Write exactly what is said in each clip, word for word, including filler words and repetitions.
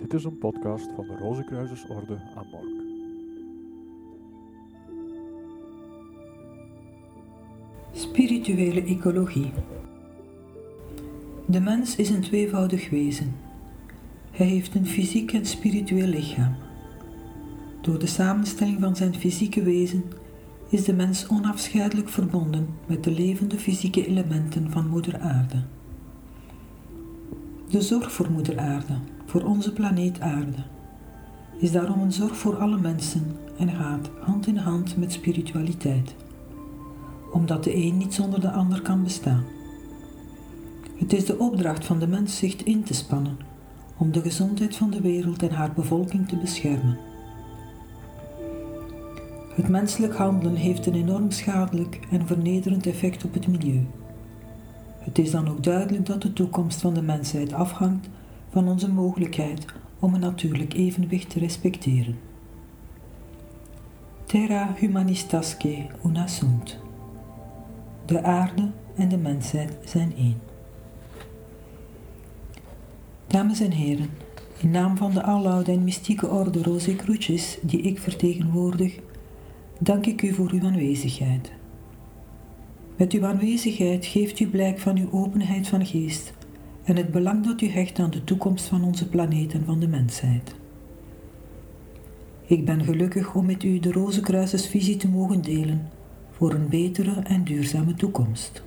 Dit is een podcast van de Rozenkruisersorde Amork. Spirituele ecologie. De mens is een tweevoudig wezen. Hij heeft een fysiek en spiritueel lichaam. Door de samenstelling van zijn fysieke wezen is de mens onafscheidelijk verbonden met de levende fysieke elementen van Moeder Aarde. De zorg voor Moeder Aarde, voor onze planeet Aarde, is daarom een zorg voor alle mensen en gaat hand in hand met spiritualiteit, omdat de een niet zonder de ander kan bestaan. Het is de opdracht van de mens zich in te spannen om de gezondheid van de wereld en haar bevolking te beschermen. Het menselijk handelen heeft een enorm schadelijk en vernederend effect op het milieu. Het is dan ook duidelijk dat de toekomst van de mensheid afhangt van onze mogelijkheid om een natuurlijk evenwicht te respecteren. Terra humanistasque una sunt. De aarde en de mensheid zijn één. Dames en heren, in naam van de aloude en mystieke orde Rosicrucis, die ik vertegenwoordig, dank ik u voor uw aanwezigheid. Met uw aanwezigheid geeft u blijk van uw openheid van geest en het belang dat u hecht aan de toekomst van onze planeet en van de mensheid. Ik ben gelukkig om met u de Rozenkruisersvisie te mogen delen voor een betere en duurzame toekomst.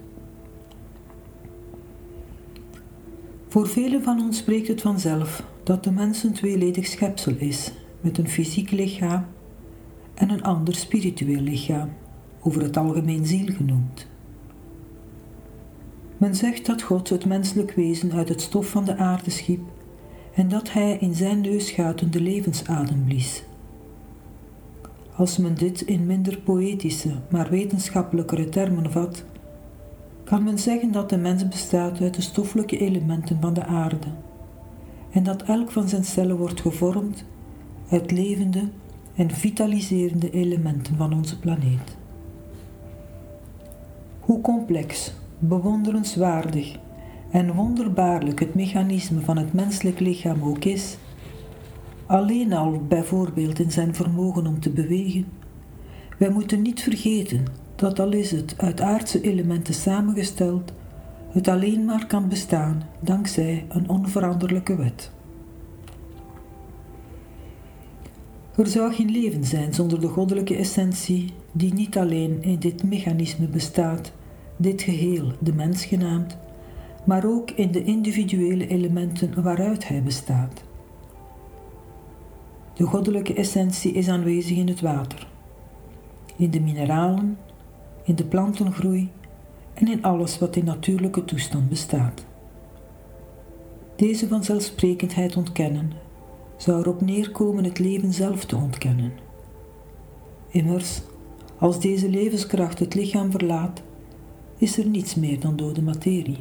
Voor velen van ons spreekt het vanzelf dat de mens een tweeledig schepsel is, met een fysiek lichaam en een ander spiritueel lichaam, over het algemeen ziel genoemd. Men zegt dat God het menselijk wezen uit het stof van de aarde schiep en dat hij in zijn neusgaten de levensadem blies. Als men dit in minder poëtische, maar wetenschappelijkere termen vat, kan men zeggen dat de mens bestaat uit de stoffelijke elementen van de aarde en dat elk van zijn cellen wordt gevormd uit levende en vitaliserende elementen van onze planeet. Hoe complex, bewonderenswaardig en wonderbaarlijk het mechanisme van het menselijk lichaam ook is, alleen al bijvoorbeeld in zijn vermogen om te bewegen, wij moeten niet vergeten dat al is het uit aardse elementen samengesteld, het alleen maar kan bestaan dankzij een onveranderlijke wet. Er zou geen leven zijn zonder de goddelijke essentie, die niet alleen in dit mechanisme bestaat, dit geheel de mens genaamd, maar ook in de individuele elementen waaruit hij bestaat. De goddelijke essentie is aanwezig in het water, in de mineralen, in de plantengroei en in alles wat in natuurlijke toestand bestaat. Deze vanzelfsprekendheid ontkennen zou erop neerkomen het leven zelf te ontkennen. Immers, als deze levenskracht het lichaam verlaat, is er niets meer dan dode materie.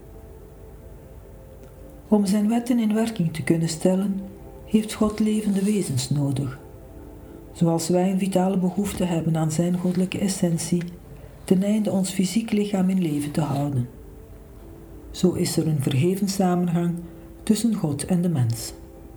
Om zijn wetten in werking te kunnen stellen, heeft God levende wezens nodig, zoals wij een vitale behoefte hebben aan zijn goddelijke essentie, ten einde ons fysiek lichaam in leven te houden. Zo is er een verheven samenhang tussen God en de mens.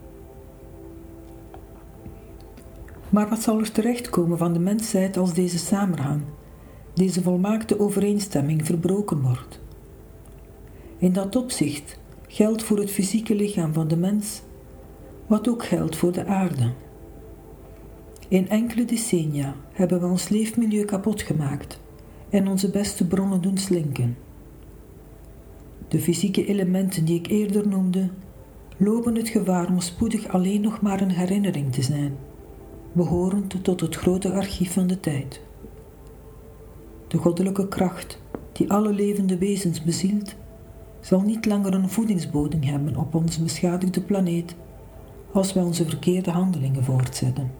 Maar wat zal er terechtkomen van de mensheid als deze samenhang, deze volmaakte overeenstemming verbroken wordt? In dat opzicht geldt voor het fysieke lichaam van de mens wat ook geldt voor de aarde. In enkele decennia hebben we ons leefmilieu kapot gemaakt en onze beste bronnen doen slinken. De fysieke elementen die ik eerder noemde, lopen het gevaar om spoedig alleen nog maar een herinnering te zijn, behorend tot het grote archief van de tijd. De goddelijke kracht die alle levende wezens bezielt, zal niet langer een voedingsbodem hebben op onze beschadigde planeet als wij onze verkeerde handelingen voortzetten.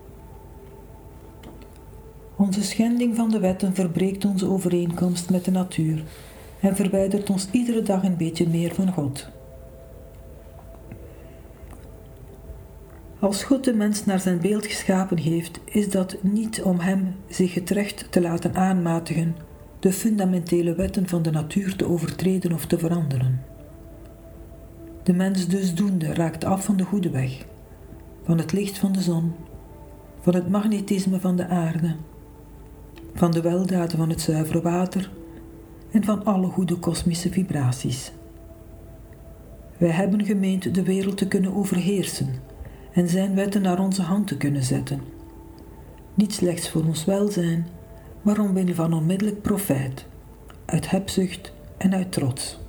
Onze schending van de wetten verbreekt onze overeenkomst met de natuur en verwijdert ons iedere dag een beetje meer van God. Als God de mens naar zijn beeld geschapen heeft, is dat niet om hem zich het recht te laten aanmatigen de fundamentele wetten van de natuur te overtreden of te veranderen. De mens dusdoende raakt af van de goede weg, van het licht van de zon, van het magnetisme van de aarde, van de weldaden van het zuivere water en van alle goede kosmische vibraties. Wij hebben gemeend de wereld te kunnen overheersen en zijn wetten naar onze hand te kunnen zetten. Niet slechts voor ons welzijn, maar omwille van onmiddellijk profijt, uit hebzucht en uit trots.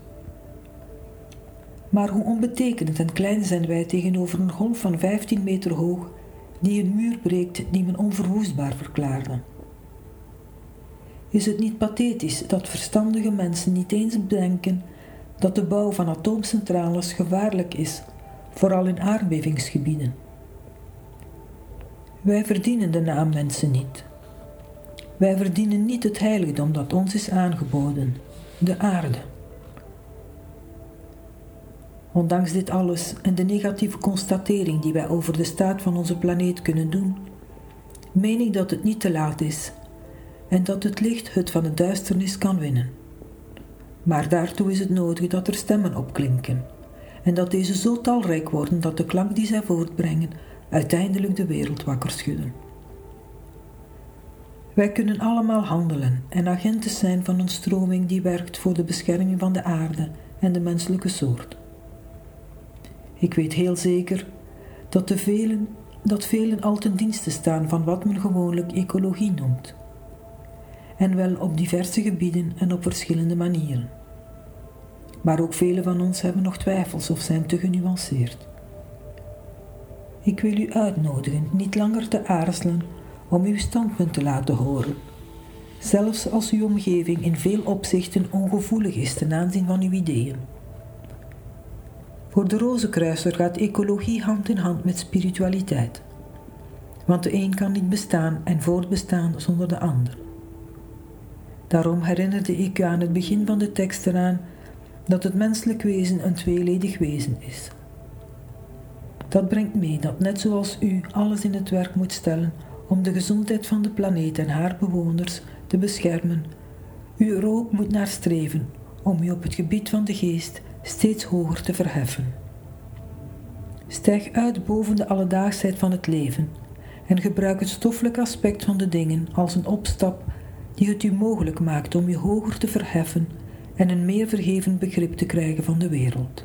Maar hoe onbetekenend en klein zijn wij tegenover een golf van vijftien meter hoog die een muur breekt die men onverwoestbaar verklaarde. Is het niet pathetisch dat verstandige mensen niet eens bedenken dat de bouw van atoomcentrales gevaarlijk is, vooral in aardbevingsgebieden? Wij verdienen de naam mensen niet. Wij verdienen niet het heiligdom dat ons is aangeboden, de aarde. Ondanks dit alles en de negatieve constatering die wij over de staat van onze planeet kunnen doen, meen ik dat het niet te laat is en dat het licht het van de duisternis kan winnen. Maar daartoe is het nodig dat er stemmen opklinken en dat deze zo talrijk worden dat de klank die zij voortbrengen uiteindelijk de wereld wakker schudden. Wij kunnen allemaal handelen en agenten zijn van een stroming die werkt voor de bescherming van de aarde en de menselijke soort. Ik weet heel zeker dat, de velen, dat velen al ten dienste staan van wat men gewoonlijk ecologie noemt. En wel op diverse gebieden en op verschillende manieren. Maar ook velen van ons hebben nog twijfels of zijn te genuanceerd. Ik wil u uitnodigen niet langer te aarzelen om uw standpunt te laten horen, zelfs als uw omgeving in veel opzichten ongevoelig is ten aanzien van uw ideeën. Voor de Rozenkruiser gaat ecologie hand in hand met spiritualiteit, want de een kan niet bestaan en voortbestaan zonder de ander. Daarom herinnerde ik u aan het begin van de tekst eraan dat het menselijk wezen een tweeledig wezen is. Dat brengt mee dat net zoals u alles in het werk moet stellen om de gezondheid van de planeet en haar bewoners te beschermen, u er ook moet naar streven om u op het gebied van de geest steeds hoger te verheffen. Stijg uit boven de alledaagsheid van het leven en gebruik het stoffelijk aspect van de dingen als een opstap die het u mogelijk maakt om u hoger te verheffen en een meer verheven begrip te krijgen van de wereld.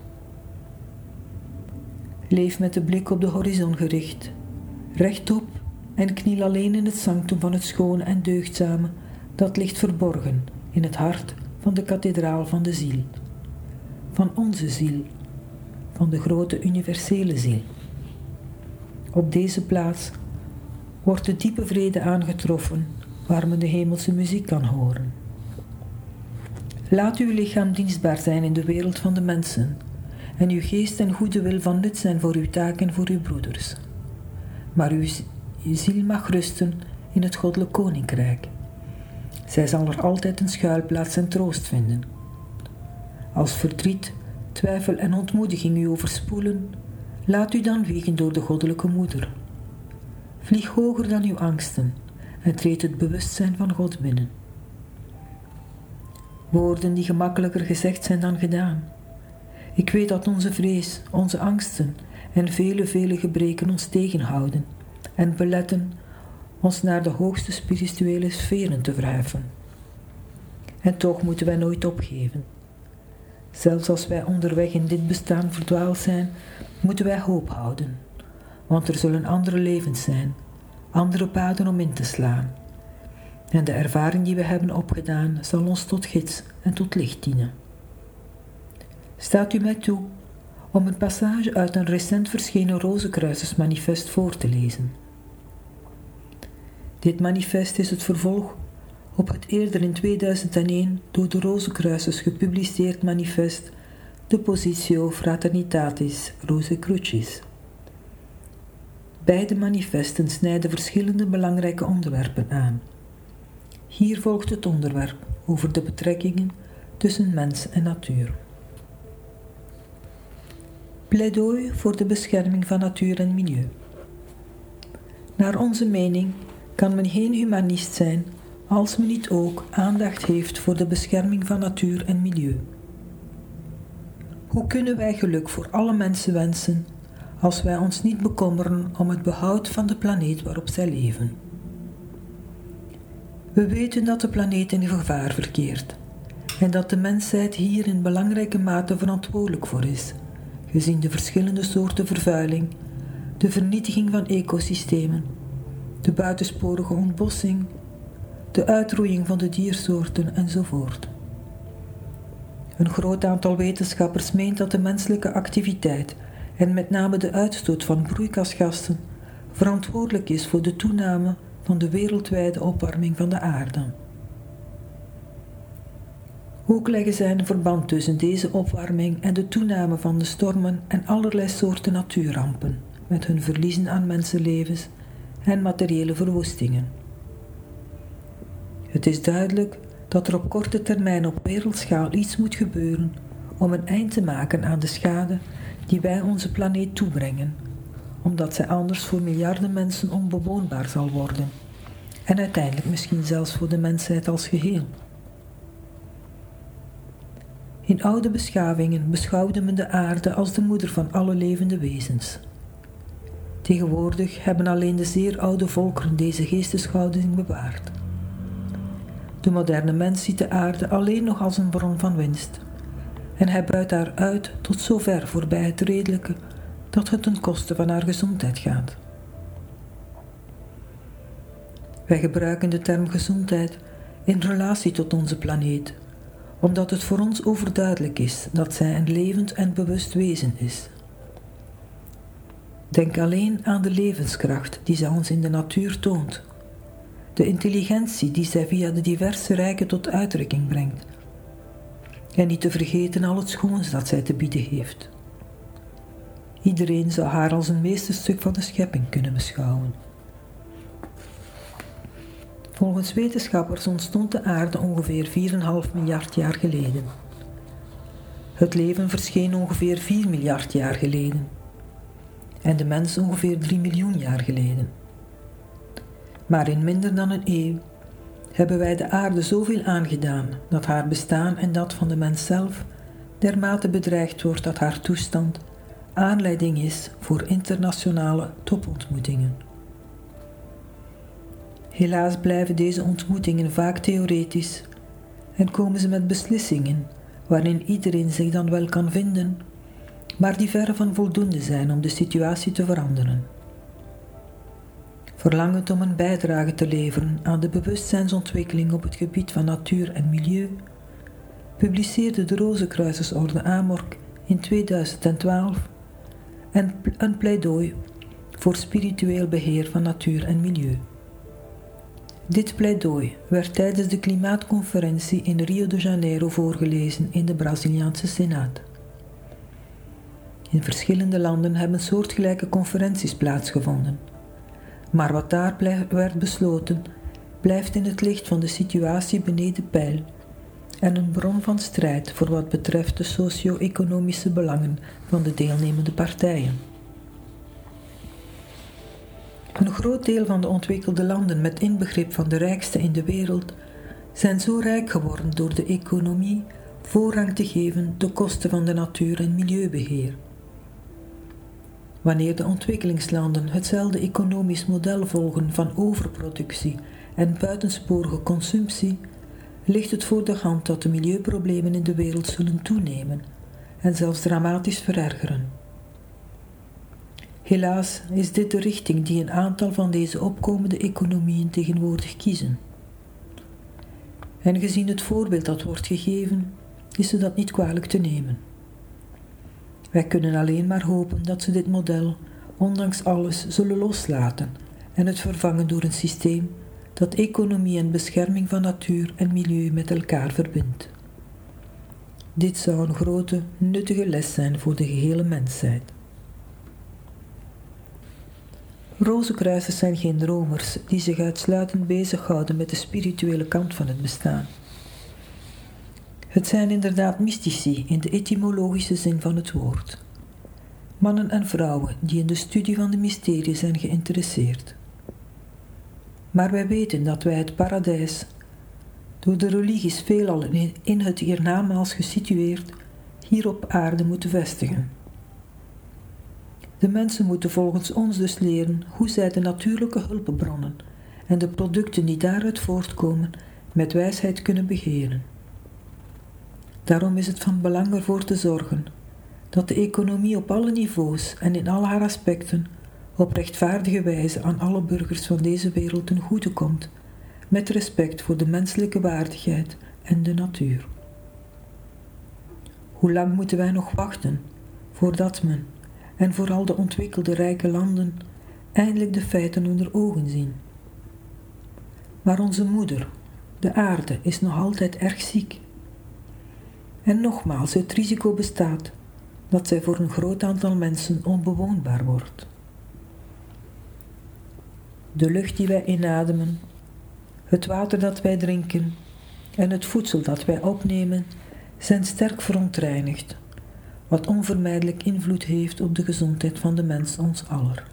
Leef met de blik op de horizon gericht, rechtop en kniel alleen in het sanctum van het schone en deugdzame dat ligt verborgen in het hart van de kathedraal van de ziel. Van onze ziel, van de grote universele ziel. Op deze plaats wordt de diepe vrede aangetroffen waar men de hemelse muziek kan horen. Laat uw lichaam dienstbaar zijn in de wereld van de mensen en uw geest en goede wil van nut zijn voor uw taak en voor uw broeders. Maar uw ziel mag rusten in het goddelijk koninkrijk. Zij zal er altijd een schuilplaats en troost vinden. Als verdriet, twijfel en ontmoediging u overspoelen, laat u dan wiegen door de goddelijke moeder. Vlieg hoger dan uw angsten en treed het bewustzijn van God binnen. Woorden die gemakkelijker gezegd zijn dan gedaan. Ik weet dat onze vrees, onze angsten en vele, vele gebreken ons tegenhouden en beletten ons naar de hoogste spirituele sferen te verheffen. En toch moeten wij nooit opgeven. Zelfs als wij onderweg in dit bestaan verdwaald zijn, moeten wij hoop houden, want er zullen andere levens zijn, andere paden om in te slaan. En de ervaring die we hebben opgedaan zal ons tot gids en tot licht dienen. Staat u mij toe om een passage uit een recent verschenen Rozenkruisersmanifest voor te lezen. Dit manifest is het vervolg op het eerder in tweeduizend één door de Rozenkruisers gepubliceerd manifest De Positio Fraternitatis Rosicrucis. Beide manifesten snijden verschillende belangrijke onderwerpen aan. Hier volgt het onderwerp over de betrekkingen tussen mens en natuur. Pleidooi voor de bescherming van natuur en milieu. Naar onze mening kan men geen humanist zijn als men niet ook aandacht heeft voor de bescherming van natuur en milieu. Hoe kunnen wij geluk voor alle mensen wensen als wij ons niet bekommeren om het behoud van de planeet waarop zij leven? We weten dat de planeet in gevaar verkeert en dat de mensheid hier in belangrijke mate verantwoordelijk voor is, gezien de verschillende soorten vervuiling, de vernietiging van ecosystemen, de buitensporige ontbossing, de uitroeiing van de diersoorten enzovoort. Een groot aantal wetenschappers meent dat de menselijke activiteit en met name de uitstoot van broeikasgassen verantwoordelijk is voor de toename van de wereldwijde opwarming van de aarde. Ook leggen zij een verband tussen deze opwarming en de toename van de stormen en allerlei soorten natuurrampen, met hun verliezen aan mensenlevens en materiële verwoestingen. Het is duidelijk dat er op korte termijn op wereldschaal iets moet gebeuren om een eind te maken aan de schade die wij onze planeet toebrengen, omdat zij anders voor miljarden mensen onbewoonbaar zal worden en uiteindelijk misschien zelfs voor de mensheid als geheel. In oude beschavingen beschouwde men de aarde als de moeder van alle levende wezens. Tegenwoordig hebben alleen de zeer oude volkeren deze geesteshouding bewaard. De moderne mens ziet de aarde alleen nog als een bron van winst en hij buit haar uit tot zover voorbij het redelijke dat het ten koste van haar gezondheid gaat. Wij gebruiken de term gezondheid in relatie tot onze planeet, omdat het voor ons overduidelijk is dat zij een levend en bewust wezen is. Denk alleen aan de levenskracht die zij ons in de natuur toont, de intelligentie die zij via de diverse rijken tot uitdrukking brengt, en niet te vergeten al het schoons dat zij te bieden heeft. Iedereen zou haar als een meesterstuk van de schepping kunnen beschouwen. Volgens wetenschappers ontstond de aarde ongeveer vier komma vijf miljard jaar geleden. Het leven verscheen ongeveer vier miljard jaar geleden en de mens ongeveer drie miljoen jaar geleden. Maar in minder dan een eeuw hebben wij de aarde zoveel aangedaan dat haar bestaan en dat van de mens zelf dermate bedreigd wordt dat haar toestand aanleiding is voor internationale topontmoetingen. Helaas blijven deze ontmoetingen vaak theoretisch en komen ze met beslissingen waarin iedereen zich dan wel kan vinden, maar die verre van voldoende zijn om de situatie te veranderen. Verlangend om een bijdrage te leveren aan de bewustzijnsontwikkeling op het gebied van natuur en milieu, publiceerde de Rozenkruisersorde Amorc in tweeduizend twaalf een pleidooi voor spiritueel beheer van natuur en milieu. Dit pleidooi werd tijdens de klimaatconferentie in Rio de Janeiro voorgelezen in de Braziliaanse Senaat. In verschillende landen hebben soortgelijke conferenties plaatsgevonden, maar wat daar werd besloten blijft in het licht van de situatie beneden peil en een bron van strijd voor wat betreft de socio-economische belangen van de deelnemende partijen. Een groot deel van de ontwikkelde landen met inbegrip van de rijkste in de wereld zijn zo rijk geworden door de economie voorrang te geven ten koste van de natuur- en milieubeheer. Wanneer de ontwikkelingslanden hetzelfde economisch model volgen van overproductie en buitensporige consumptie, ligt het voor de hand dat de milieuproblemen in de wereld zullen toenemen en zelfs dramatisch verergeren. Helaas is dit de richting die een aantal van deze opkomende economieën tegenwoordig kiezen. En gezien het voorbeeld dat wordt gegeven, is ze dat niet kwalijk te nemen. Wij kunnen alleen maar hopen dat ze dit model, ondanks alles, zullen loslaten en het vervangen door een systeem dat economie en bescherming van natuur en milieu met elkaar verbindt. Dit zou een grote, nuttige les zijn voor de gehele mensheid. Rozenkruisers zijn geen romers die zich uitsluitend bezighouden met de spirituele kant van het bestaan. Het zijn inderdaad mystici in de etymologische zin van het woord. Mannen en vrouwen die in de studie van de mysterie zijn geïnteresseerd. Maar wij weten dat wij het paradijs, door de religies veelal in het hiernamaals gesitueerd, hier op aarde moeten vestigen. De mensen moeten volgens ons dus leren hoe zij de natuurlijke hulpbronnen en de producten die daaruit voortkomen met wijsheid kunnen beheren. Daarom is het van belang ervoor te zorgen dat de economie op alle niveaus en in al haar aspecten op rechtvaardige wijze aan alle burgers van deze wereld ten goede komt, met respect voor de menselijke waardigheid en de natuur. Hoe lang moeten wij nog wachten voordat men, en vooral de ontwikkelde rijke landen, eindelijk de feiten onder ogen zien? Maar onze moeder, de aarde, is nog altijd erg ziek. En nogmaals, het risico bestaat dat zij voor een groot aantal mensen onbewoonbaar wordt. De lucht die wij inademen, het water dat wij drinken en het voedsel dat wij opnemen zijn sterk verontreinigd, wat onvermijdelijk invloed heeft op de gezondheid van de mens ons aller.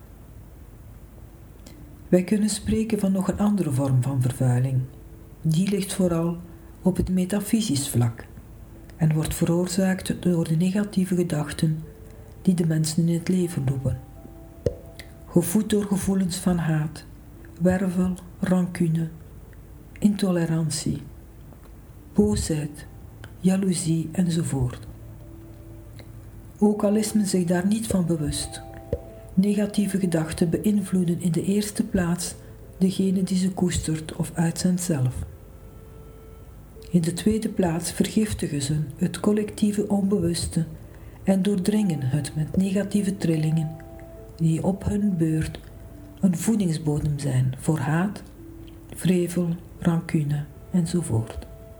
Wij kunnen spreken van nog een andere vorm van vervuiling. Die ligt vooral op het metafysisch vlak en wordt veroorzaakt door de negatieve gedachten die de mensen in het leven roepen. Gevoed door gevoelens van haat, wervel, rancune, intolerantie, boosheid, jaloezie enzovoort. Ook al is men zich daar niet van bewust, negatieve gedachten beïnvloeden in de eerste plaats degene die ze koestert of uitzendt zelf. In de tweede plaats vergiftigen ze het collectieve onbewuste en doordringen het met negatieve trillingen die op hun beurt een voedingsbodem zijn voor haat, wrevel, rancune enzovoort.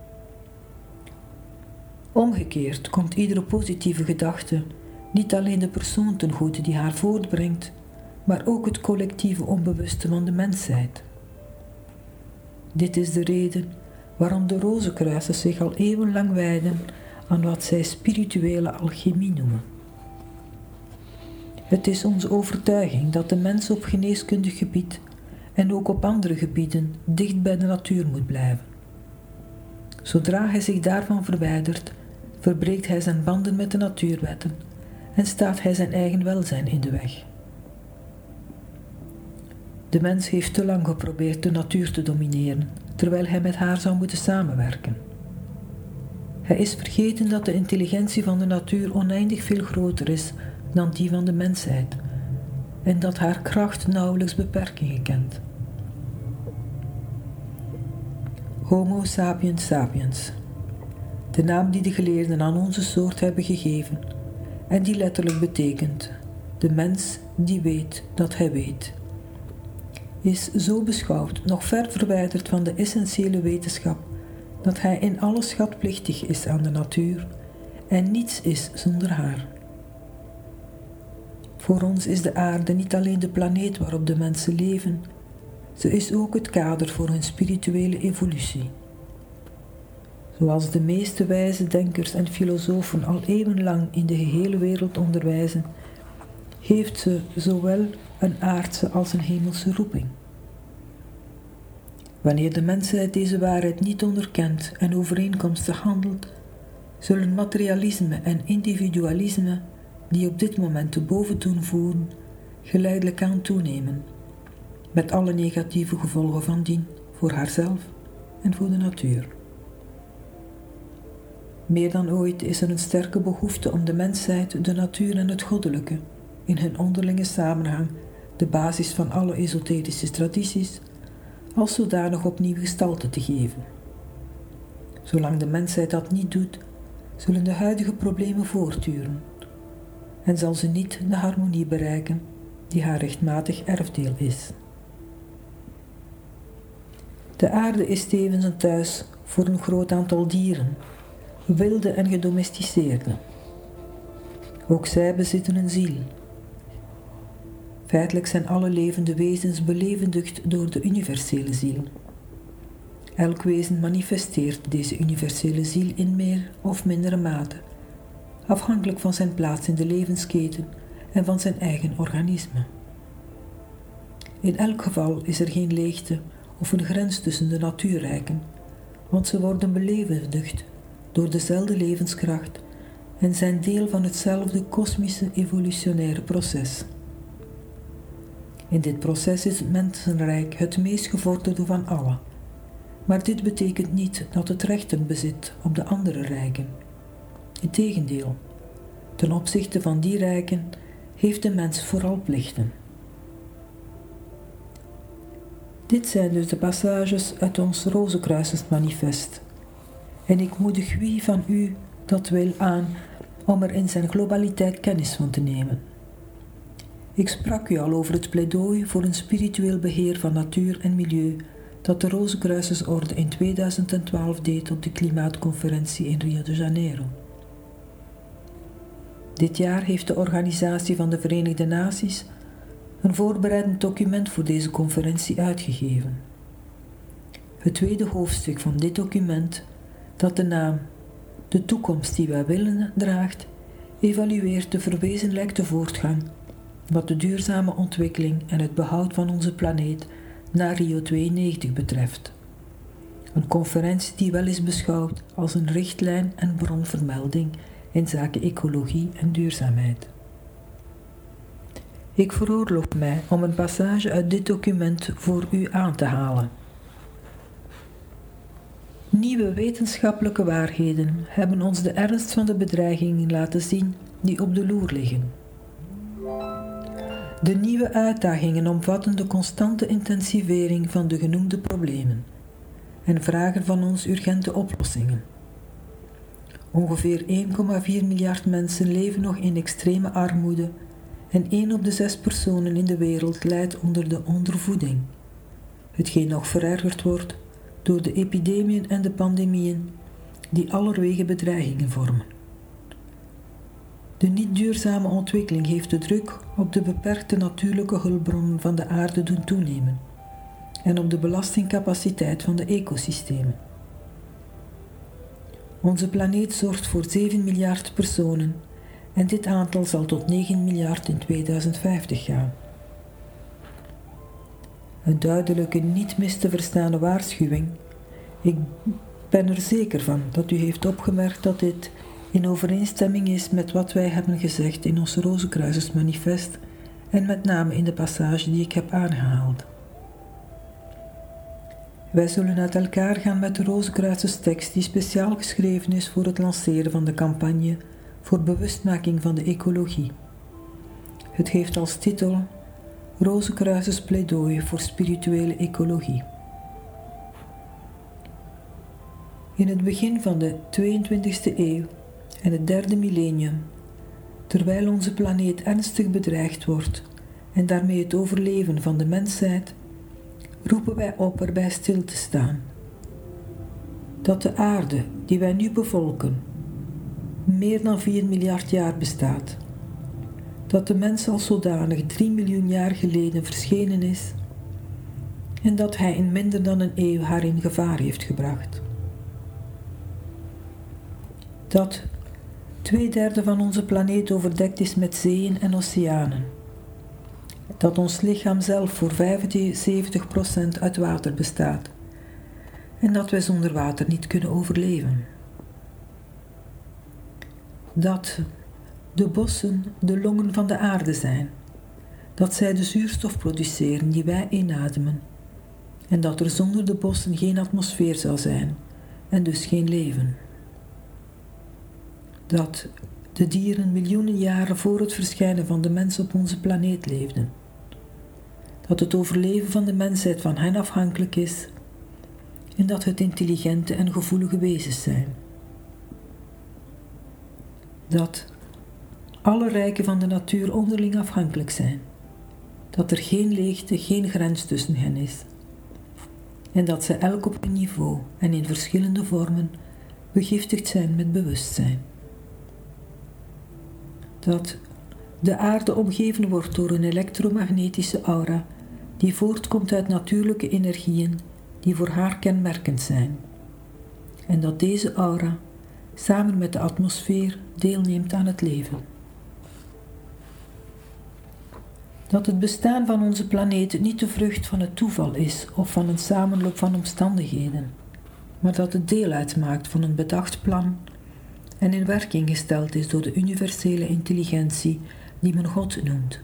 Omgekeerd komt iedere positieve gedachte niet alleen de persoon ten goede die haar voortbrengt, maar ook het collectieve onbewuste van de mensheid. Dit is de reden waarom de Rozenkruisers zich al eeuwenlang wijden aan wat zij spirituele alchemie noemen. Het is onze overtuiging dat de mens op geneeskundig gebied en ook op andere gebieden dicht bij de natuur moet blijven. Zodra hij zich daarvan verwijdert, verbreekt hij zijn banden met de natuurwetten en staat hij zijn eigen welzijn in de weg. De mens heeft te lang geprobeerd de natuur te domineren, terwijl hij met haar zou moeten samenwerken. Hij is vergeten dat de intelligentie van de natuur oneindig veel groter is dan die van de mensheid en dat haar kracht nauwelijks beperkingen kent. Homo sapiens sapiens, de naam die de geleerden aan onze soort hebben gegeven en die letterlijk betekent de mens die weet dat hij weet, is zo beschouwd nog ver verwijderd van de essentiële wetenschap dat hij in alles schatplichtig is aan de natuur en niets is zonder haar. Voor ons is de aarde niet alleen de planeet waarop de mensen leven, ze is ook het kader voor hun spirituele evolutie. Zoals de meeste wijze denkers en filosofen al eeuwenlang in de gehele wereld onderwijzen, heeft ze zowel een aardse als een hemelse roeping. Wanneer de mensheid deze waarheid niet onderkent en overeenkomstig handelt, zullen materialisme en individualisme, die op dit moment de boventoon voeren, geleidelijk aan toenemen, met alle negatieve gevolgen van dien voor haarzelf en voor de natuur. Meer dan ooit is er een sterke behoefte om de mensheid, de natuur en het goddelijke, in hun onderlinge samenhang, de basis van alle esoterische tradities, als zodanig opnieuw gestalte te geven. Zolang de mensheid dat niet doet, zullen de huidige problemen voortduren en zal ze niet de harmonie bereiken die haar rechtmatig erfdeel is. De aarde is tevens een thuis voor een groot aantal dieren, wilde en gedomesticeerde. Ook zij bezitten een ziel. Feitelijk zijn alle levende wezens belevendigd door de universele ziel. Elk wezen manifesteert deze universele ziel in meer of mindere mate, afhankelijk van zijn plaats in de levensketen en van zijn eigen organisme. In elk geval is er geen leegte of een grens tussen de natuurrijken, want ze worden belevendigd door dezelfde levenskracht en zijn deel van hetzelfde kosmische evolutionaire proces. In dit proces is het mensenrijk het meest gevorderde van alle, maar dit betekent niet dat het rechten bezit op de andere rijken. Integendeel, ten opzichte van die rijken heeft de mens vooral plichten. Dit zijn dus de passages uit ons Rozenkruisersmanifest. En ik moedig wie van u dat wil aan om er in zijn globaliteit kennis van te nemen. Ik sprak u al over het pleidooi voor een spiritueel beheer van natuur en milieu dat de Rozenkruisersorde in tweeduizend twaalf deed op de klimaatconferentie in Rio de Janeiro. Dit jaar heeft de Organisatie van de Verenigde Naties een voorbereidend document voor deze conferentie uitgegeven. Het tweede hoofdstuk van dit document, dat de naam De toekomst die wij willen draagt, evalueert de verwezenlijkte voortgang wat de duurzame ontwikkeling en het behoud van onze planeet na Rio tweeënnegentig betreft. Een conferentie die wel is beschouwd als een richtlijn en bronvermelding in zaken ecologie en duurzaamheid. Ik veroorloof mij om een passage uit dit document voor u aan te halen. Nieuwe wetenschappelijke waarheden hebben ons de ernst van de bedreigingen laten zien die op de loer liggen. De nieuwe uitdagingen omvatten de constante intensivering van de genoemde problemen en vragen van ons urgente oplossingen. Ongeveer één komma vier miljard mensen leven nog in extreme armoede en één op de zes personen in de wereld lijdt onder de ondervoeding, hetgeen nog verergerd wordt door de epidemieën en de pandemieën die allerwege bedreigingen vormen. De niet duurzame ontwikkeling heeft de druk op de beperkte natuurlijke hulpbronnen van de aarde doen toenemen en op de belastingcapaciteit van de ecosystemen. Onze planeet zorgt voor zeven miljard personen en dit aantal zal tot negen miljard in tweeduizend vijftig gaan. Een duidelijke, niet mis te verstaande waarschuwing. Ik ben er zeker van dat u heeft opgemerkt dat dit in overeenstemming is met wat wij hebben gezegd in ons Rozenkruisersmanifest en met name in de passage die ik heb aangehaald. Wij zullen uit elkaar gaan met de Rozenkruiserstekst die speciaal geschreven is voor het lanceren van de campagne voor bewustmaking van de ecologie. Het heeft als titel Rozenkruisers pleidooi voor spirituele ecologie. In het begin van de tweeëntwintigste eeuw en het derde millennium, terwijl onze planeet ernstig bedreigd wordt en daarmee het overleven van de mensheid, roepen wij op erbij stil te staan. Dat de aarde die wij nu bevolken meer dan vier miljard jaar bestaat. Dat de mens als zodanig drie miljoen jaar geleden verschenen is en dat hij in minder dan een eeuw haar in gevaar heeft gebracht. Dat twee derde van onze planeet overdekt is met zeeën en oceanen. Dat ons lichaam zelf voor vijfenzeventig procent uit water bestaat en dat wij zonder water niet kunnen overleven. Dat de bossen de longen van de aarde zijn, dat zij de zuurstof produceren die wij inademen en dat er zonder de bossen geen atmosfeer zou zijn en dus geen leven. Dat de dieren miljoenen jaren voor het verschijnen van de mens op onze planeet leefden. Dat het overleven van de mensheid van hen afhankelijk is en dat het intelligente en gevoelige wezens zijn. Dat alle rijken van de natuur onderling afhankelijk zijn. Dat er geen leegte, geen grens tussen hen is. En dat ze elk op een niveau en in verschillende vormen begiftigd zijn met bewustzijn. Dat de aarde omgeven wordt door een elektromagnetische aura die voortkomt uit natuurlijke energieën die voor haar kenmerkend zijn. En dat deze aura samen met de atmosfeer deelneemt aan het leven. Dat het bestaan van onze planeet niet de vrucht van het toeval is of van een samenloop van omstandigheden, maar dat het deel uitmaakt van een bedacht plan en in werking gesteld is door de universele intelligentie die men God noemt.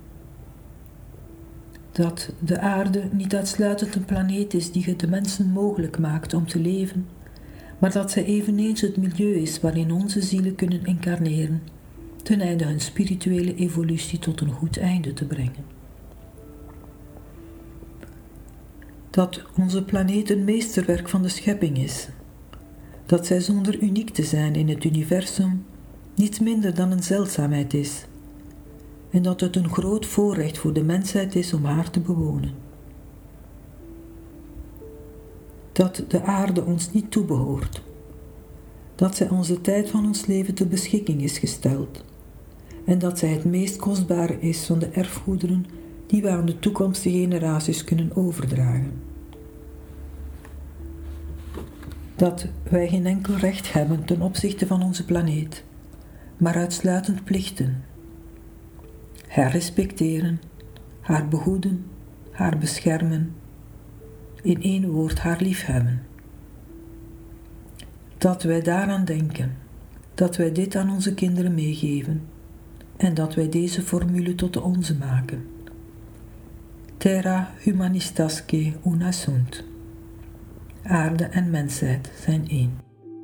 Dat de aarde niet uitsluitend een planeet is die het de mensen mogelijk maakt om te leven, maar dat zij eveneens het milieu is waarin onze zielen kunnen incarneren, ten einde hun spirituele evolutie tot een goed einde te brengen. Dat onze planeet een meesterwerk van de schepping is, dat zij zonder uniek te zijn in het universum niets minder dan een zeldzaamheid is, en dat het een groot voorrecht voor de mensheid is om haar te bewonen. Dat de aarde ons niet toebehoort, dat zij onze tijd van ons leven ter beschikking is gesteld, en dat zij het meest kostbare is van de erfgoederen die we aan de toekomstige generaties kunnen overdragen. Dat wij geen enkel recht hebben ten opzichte van onze planeet, maar uitsluitend plichten. Haar respecteren, haar behoeden, haar beschermen, in één woord haar liefhebben. Dat wij daaraan denken, dat wij dit aan onze kinderen meegeven en dat wij deze formule tot de onze maken. Terra humanistasque una sunt. Aarde en mensheid zijn één.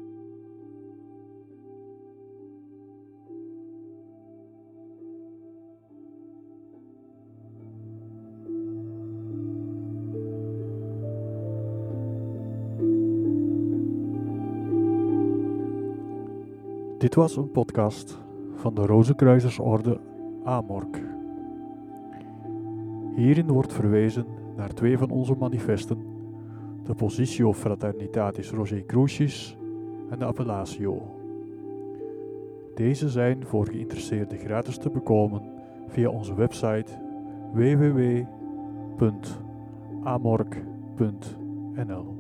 Dit was een podcast van de Rozenkruisersorde Amorc. Hierin wordt verwezen naar twee van onze manifesten, de Positio Fraternitatis Rosicrucis en de Appellatio. Deze zijn voor geïnteresseerden gratis te bekomen via onze website w w w punt amorc punt n l.